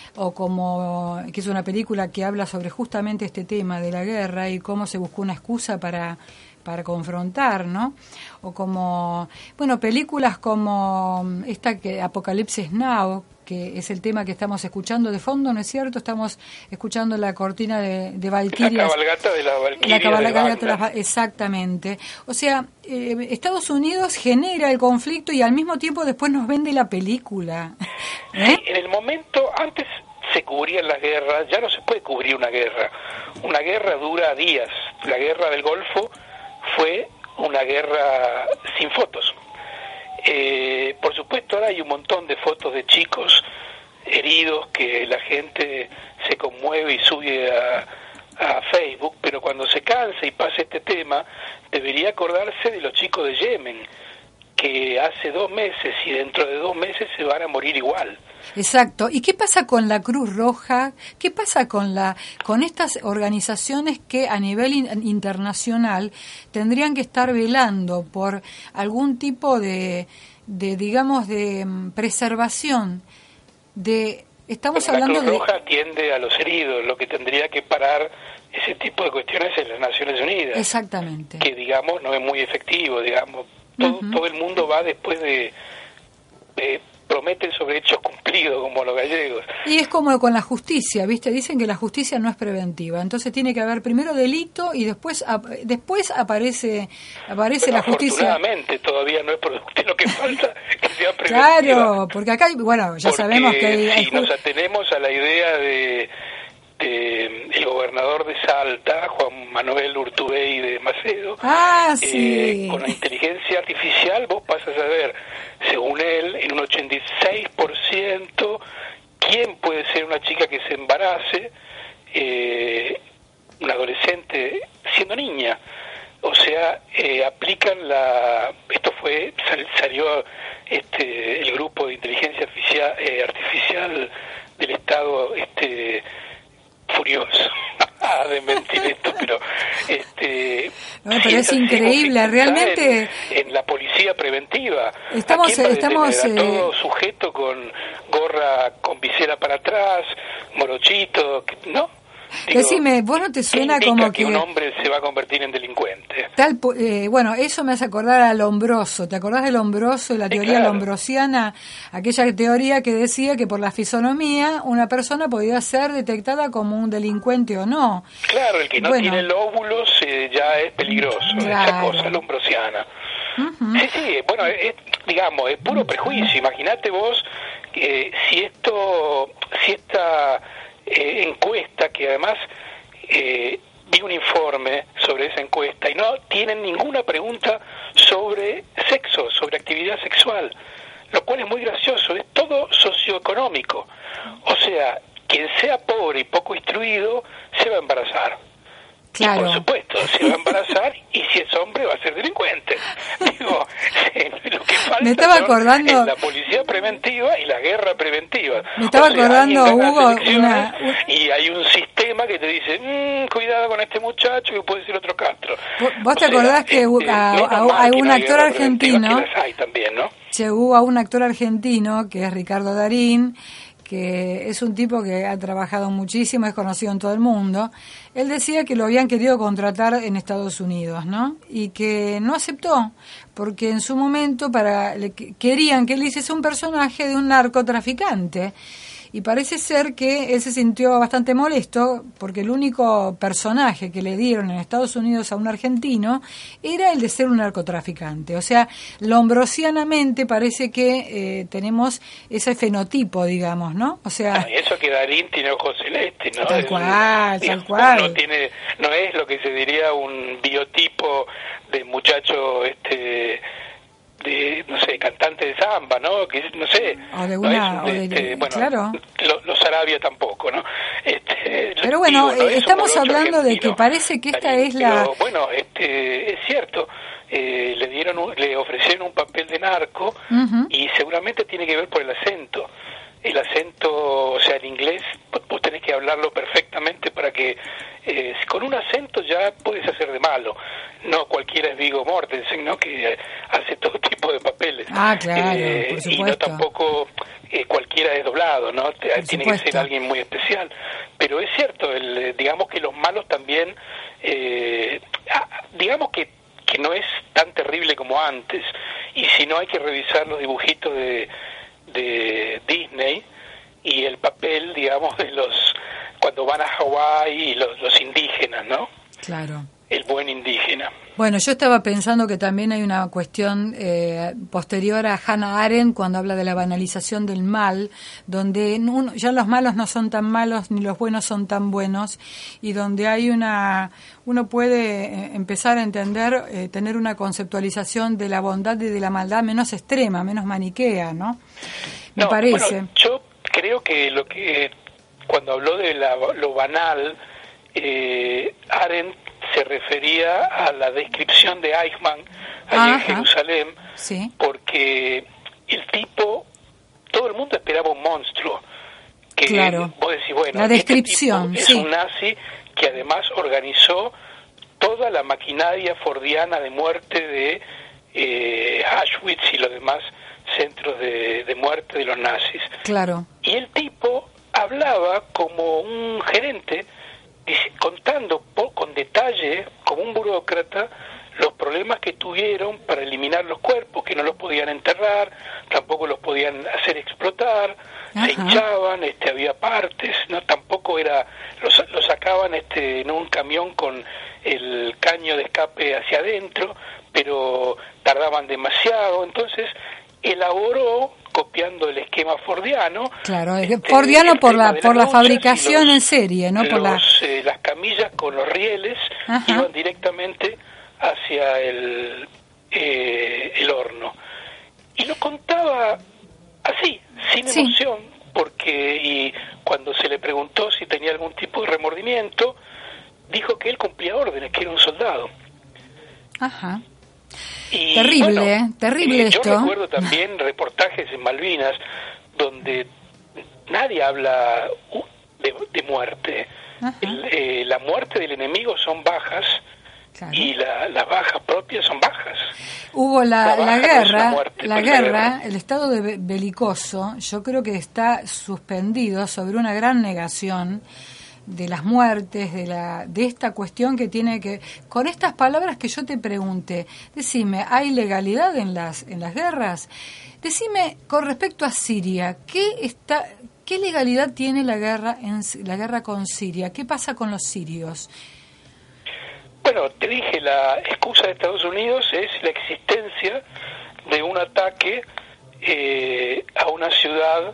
que es una película que habla sobre justamente este tema de la guerra y cómo se buscó una excusa para confrontar, ¿no? O como, películas como esta que Apocalipsis Now, que es el tema que estamos escuchando de fondo, ¿no es cierto? Estamos escuchando la cortina de Valquirias. La cabalgata de las Valquirias. La cabalgata de las, exactamente. O sea, Estados Unidos genera el conflicto y al mismo tiempo después nos vende la película. Sí, en el momento, antes se cubrían las guerras, ya no se puede cubrir una guerra. Una guerra dura días. La guerra del Golfo fue una guerra sin fotos. Por supuesto, ahora hay un montón de fotos de chicos heridos que la gente se conmueve y sube a Facebook, pero cuando se cansa y pasa este tema, debería acordarse de los chicos de Yemen, que hace 2 meses y dentro de 2 meses se van a morir igual. Exacto. ¿Y qué pasa con la Cruz Roja? ¿Qué pasa con estas organizaciones que a nivel internacional tendrían que estar velando por algún tipo de digamos, de preservación de... Estamos hablando la Cruz Roja atiende a los heridos, lo que tendría que parar ese tipo de cuestiones en las Naciones Unidas. Exactamente. Que, digamos, no es muy efectivo, digamos. Todo el mundo va después de prometen sobre hechos cumplidos, como los gallegos. Y es como con la justicia, ¿viste? Dicen que la justicia no es preventiva, entonces tiene que haber primero delito y después aparece la justicia. Afortunadamente todavía no es productivo, lo que falta que sea preventiva. Claro, porque acá, bueno, ya sabemos que si nos atenemos a la idea de el gobernador de Salta, Juan Manuel Urtubey de Macedo, sí. Con la inteligencia artificial vos pasas a ver, según él, en un 86% quién puede ser una chica que se embarace, una adolescente siendo niña. O sea, aplican esto salió el grupo de inteligencia artificial del Estado furioso de mentir esto, pero pero es increíble, realmente en la policía preventiva estamos todo sujeto con gorra con visera para atrás, morochito, ¿no? Digo, decime, ¿vos no te suena como que un hombre se va a convertir en delincuente? Bueno, eso me hace acordar a Lombroso. ¿Te acordás de Lombroso y la teoría lombrosiana? Aquella teoría que decía que por la fisonomía una persona podía ser detectada como un delincuente o no. Claro, el que no tiene lóbulos ya es peligroso, esa cosa lombrosiana. Sí, bueno, digamos, es puro prejuicio. Imagínate vos si esta encuesta, que además vi un informe sobre esa encuesta y no tienen ninguna pregunta sobre sexo, sobre actividad sexual, lo cual es muy gracioso, es todo socioeconómico. O sea, quien sea pobre y poco instruido se va a embarazar. Claro. Y por supuesto, se va a embarazar y si es hombre va a ser delincuente. Digo, lo que falta me estaba acordando es la policía preventiva y la guerra preventiva. Me estaba acordando, Hugo, y hay un sistema que te dice, cuidado con este muchacho que puede ser otro Castro. ¿Vos te acordás que hay un actor argentino? Que las hay también, ¿no? Hubo a un actor argentino que es Ricardo Darín, que es un tipo que ha trabajado muchísimo, es conocido en todo el mundo. Él decía que lo habían querido contratar en Estados Unidos, ¿no? Y que no aceptó, porque en su momento querían que él hiciese un personaje de un narcotraficante. Y parece ser que él se sintió bastante molesto porque el único personaje que le dieron en Estados Unidos a un argentino era el de ser un narcotraficante. O sea, lombrosianamente parece que tenemos ese fenotipo, digamos, ¿no? O sea, y eso que Darín tiene ojos celestes, ¿no? Tal cual. No es lo que se diría un biotipo de muchacho de, no sé, cantante de samba, ¿no? Que no sé. O de bueno, claro. Los Sarabia tampoco, ¿no? Pero bueno, estamos hablando de que parece que esta es la... Pero, bueno, es cierto. Le ofrecieron un papel de narco y seguramente tiene que ver por el acento. El acento, o sea, el inglés, vos tenés que hablarlo perfectamente para que con un acento ya puedes hacer de malo. No cualquiera es Viggo Mortensen, ¿no? Que hace todo tipo de papeles. Ah, claro, por supuesto. Y no tampoco cualquiera es doblado, ¿no? Tiene que ser alguien muy especial. Pero es cierto, digamos que los malos también, digamos que no es tan terrible como antes. Y si no, hay que revisar los dibujitos de Disney y el papel, digamos, de cuando van a Hawái y los indígenas, ¿no? Claro. El buen indígena. Bueno, yo estaba pensando que también hay una cuestión posterior a Hannah Arendt cuando habla de la banalización del mal, donde ya los malos no son tan malos ni los buenos son tan buenos, y donde hay uno puede empezar a entender, tener una conceptualización de la bondad y de la maldad menos extrema, menos maniquea, ¿no? Me parece. Bueno, yo creo que cuando habló de lo banal, Arendt se refería a la descripción de Eichmann allí en Jerusalén, sí. Porque el tipo, todo el mundo esperaba un monstruo, que claro. Vos decís, bueno, la descripción, este tipo es un nazi que además organizó toda la maquinaria fordiana de muerte de Auschwitz y los demás centros de muerte de los nazis. Claro. Y el tipo hablaba como un gerente, contando con detalle, como un burócrata, los problemas que tuvieron para eliminar los cuerpos, que no los podían enterrar, tampoco los podían hacer explotar, se hinchaban, había partes, no tampoco era, los sacaban en un camión con el caño de escape hacia adentro, pero tardaban demasiado, entonces elaboró, copiando el esquema fordiano. Claro, fordiano por la fabricación en serie, ¿no? Las camillas con los rieles iban directamente hacia el horno. Y lo contaba así, sin emoción, y cuando se le preguntó si tenía algún tipo de remordimiento, dijo que él cumplía órdenes, que era un soldado. Ajá. Y, terrible, terrible esto. Yo recuerdo también reportajes en Malvinas donde nadie habla de muerte. La muerte del enemigo son bajas, claro. Y las bajas propias son bajas. Hubo la guerra, el estado de belicoso, yo creo que está suspendido sobre una gran negación de las muertes, de esta cuestión que tiene que... Con estas palabras que yo te pregunté, decime, ¿hay legalidad en las guerras? Decime, con respecto a Siria, ¿qué legalidad tiene la guerra con Siria? ¿Qué pasa con los sirios? Bueno, te dije, la excusa de Estados Unidos es la existencia de un ataque a una ciudad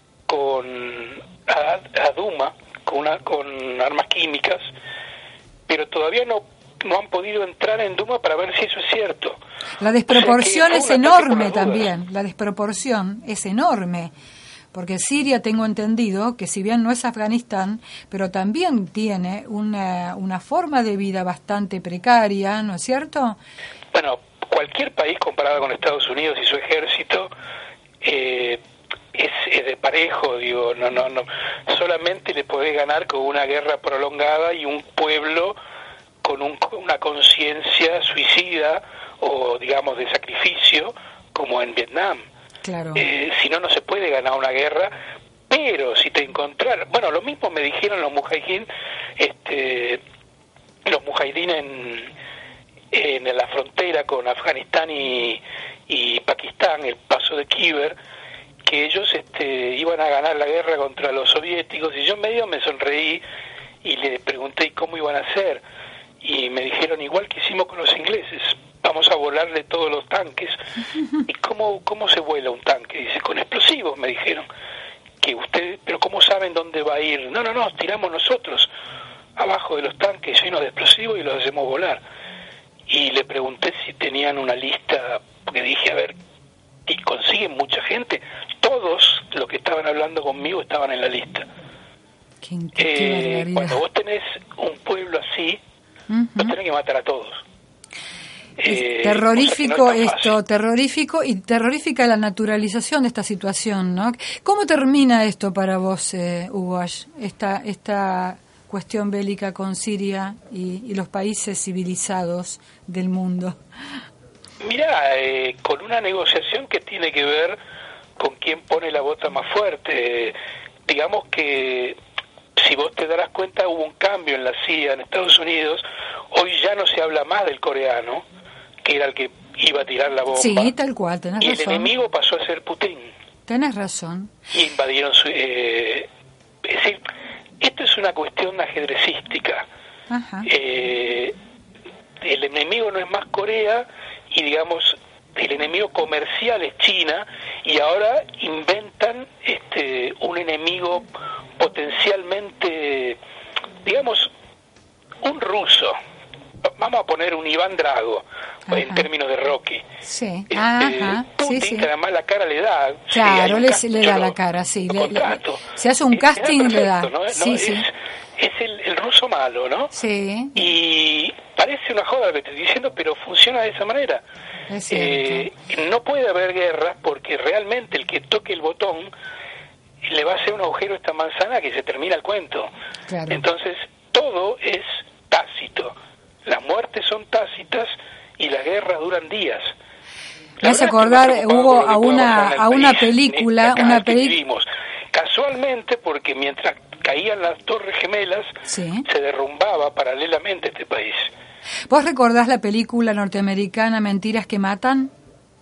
a Duma, con armas químicas, pero todavía no han podido entrar en Duma para ver si eso es cierto. La desproporción es enorme también, la desproporción es enorme, porque Siria, tengo entendido, que si bien no es Afganistán, pero también tiene una forma de vida bastante precaria, ¿no es cierto? Bueno, cualquier país comparado con Estados Unidos y su ejército es de parejo, digo, no, solamente le podés ganar con una guerra prolongada y un pueblo con una conciencia suicida o, digamos, de sacrificio, como en Vietnam. Claro. Si no se puede ganar una guerra, pero si te encontrar... Bueno, lo mismo me dijeron los mujahidín, en la frontera con Afganistán y Pakistán, el paso de Khyber, que ellos iban a ganar la guerra contra los soviéticos, y yo medio me sonreí y le pregunté ¿y cómo iban a hacer? Y me dijeron igual que hicimos con los ingleses, vamos a volarle todos los tanques. ¿Y cómo se vuela un tanque? Dice, con explosivos, me dijeron. Pero ¿cómo saben dónde va a ir? No, tiramos nosotros abajo de los tanques llenos de explosivos y los hacemos volar. Y le pregunté si tenían una lista, porque dije, a ver, ¿y consiguen mucha gente? Todos los que estaban hablando conmigo estaban en la lista. Cuando vos tenés un pueblo así, vos tenés que matar a todos. Es terrorífico esto, terrorífico, y terrorífica la naturalización de esta situación, ¿no? ¿Cómo termina esto para vos, Hugo Ash, esta cuestión bélica con Siria y los países civilizados del mundo? Mirá, con una negociación que tiene que ver con quién pone la bota más fuerte. Digamos que, si vos te darás cuenta, hubo un cambio en la CIA en Estados Unidos. Hoy ya no se habla más del coreano, que era el que iba a tirar la bomba. Sí, tal cual, tenés razón. Y el enemigo pasó a ser Putin. Tenés razón. Y invadieron es decir, esto es una cuestión ajedrecística. Ajá. El enemigo no es más Corea, y digamos, el enemigo comercial es China, y ahora inventan un enemigo potencialmente, digamos, un ruso. Vamos a poner un Iván Drago, en términos de Rocky. Sí. Putin, sí. que además la cara le da. Claro, le da la cara, sí. Se hace un casting, le da. ¿no? Sí, sí. Es el ruso malo, ¿no? Sí. Y parece una joda lo que estoy diciendo, pero funciona de esa manera. Es cierto. No puede haber guerras porque realmente el que toque el botón le va a hacer un agujero a esta manzana que se termina el cuento. Claro. Entonces, todo es tácito. Las muertes son tácitas y las guerras duran días. Me hace acordar, Hugo, a una película, casualmente, porque mientras caían las Torres Gemelas, se derrumbaba paralelamente este país. ¿Vos recordás la película norteamericana Mentiras que Matan?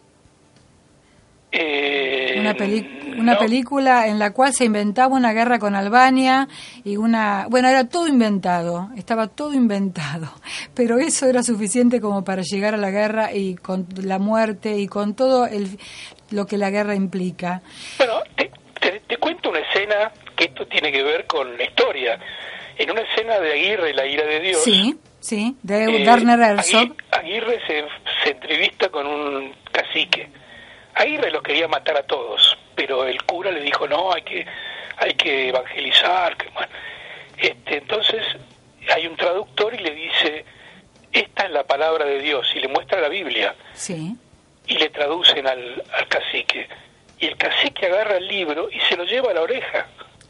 Una película en la cual se inventaba una guerra con Albania y era todo inventado, estaba todo inventado, pero eso era suficiente como para llegar a la guerra y con la muerte y con todo lo que la guerra implica. Bueno, te cuento una escena que esto tiene que ver con la historia. En una escena de Aguirre, La ira de Dios. Sí, de Werner Herzog. Aguirre se entrevista con un cacique. Aguirre los quería matar a todos, pero el cura le dijo, no, hay que evangelizar. Entonces hay un traductor y le dice, esta es la palabra de Dios, y le muestra la Biblia. Sí. Y le traducen al cacique. Y el cacique agarra el libro y se lo lleva a la oreja.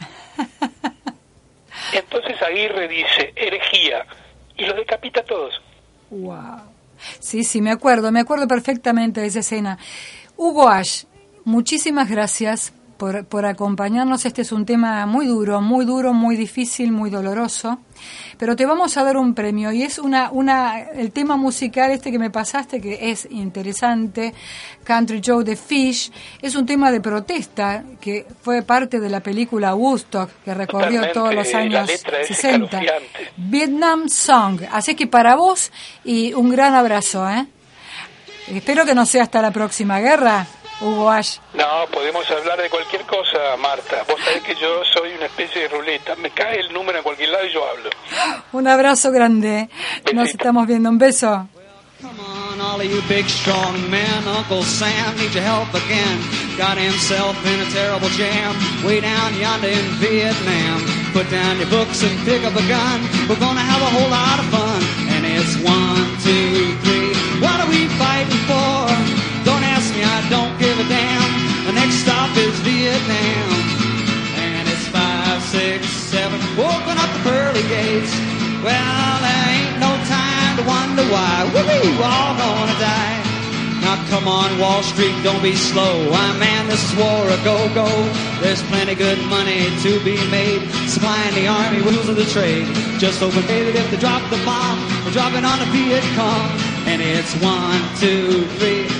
Entonces Aguirre dice, herejía, y los decapita a todos. Wow. Sí, me acuerdo perfectamente de esa escena. Hugo Ash, muchísimas gracias por acompañarnos. Este es un tema muy duro, muy difícil, muy doloroso, pero te vamos a dar un premio y es el tema musical este que me pasaste, que es interesante, Country Joe the Fish, es un tema de protesta que fue parte de la película Woodstock, que recorrió todos los años 60. Vietnam Song, así que para vos y un gran abrazo, Espero que no sea hasta la próxima guerra, Hugo Ash. No, podemos hablar de cualquier cosa, Marta. Vos sabés que yo soy una especie de ruleta. Me cae el número en cualquier lado y yo hablo. Un abrazo grande. Besito. Nos estamos viendo. Un beso. Come on, all of you big strong men. Uncle Sam needs your help again. Got himself in a terrible jam way down yonder in Vietnam. Put down your books and pick up a gun. We're gonna have a whole lot of fun. And it's 1, 2, 3. What are we fighting for? Don't ask me, I don't give a damn. The next stop is Vietnam. And it's 5, 6, 7. Open up the pearly gates. Well, there ain't no time to wonder why. We're all gonna die. Now come on, Wall Street, don't be slow. Man, this is war a go-go. There's plenty good money to be made, supplying the army wheels of the trade. Just open it if they drop the bomb. They're dropping on the Viet Cong. And it's 1, 2, 3,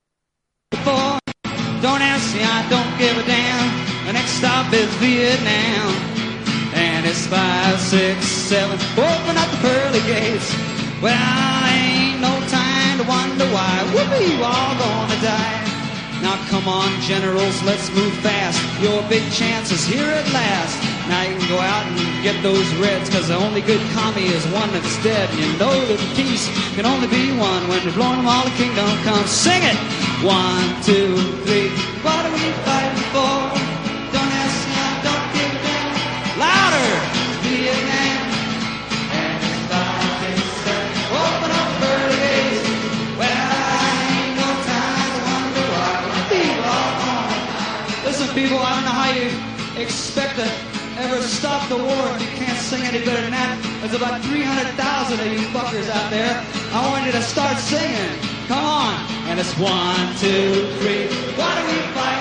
4. Don't ask me, I don't give a damn. The next stop is Vietnam. And it's 5, 6, 7. Open up the pearly gates. Well, ain't no time to wonder why. We're all gonna die. Now come on, generals, let's move fast. Your big chance is here at last. Now you can go out and get those reds, cause the only good commie is one that's dead. And you know that peace can only be one when you're blowing them all the kingdom comes. Sing it! 1, 2, 3. What are we fighting for? Don't ask me, I don't give a damn. Louder! Vietnam. And it's 5, 6, 7. Open up the early gates. Well, I ain't no time to wonder why. People all gone. Listen, people, I don't know how you expect to ever stop the war if you can't sing any better than that. There's about 300,000 of you fuckers out there. I want you to start singing. Come on. And it's 1, 2, 3. What are we fighting?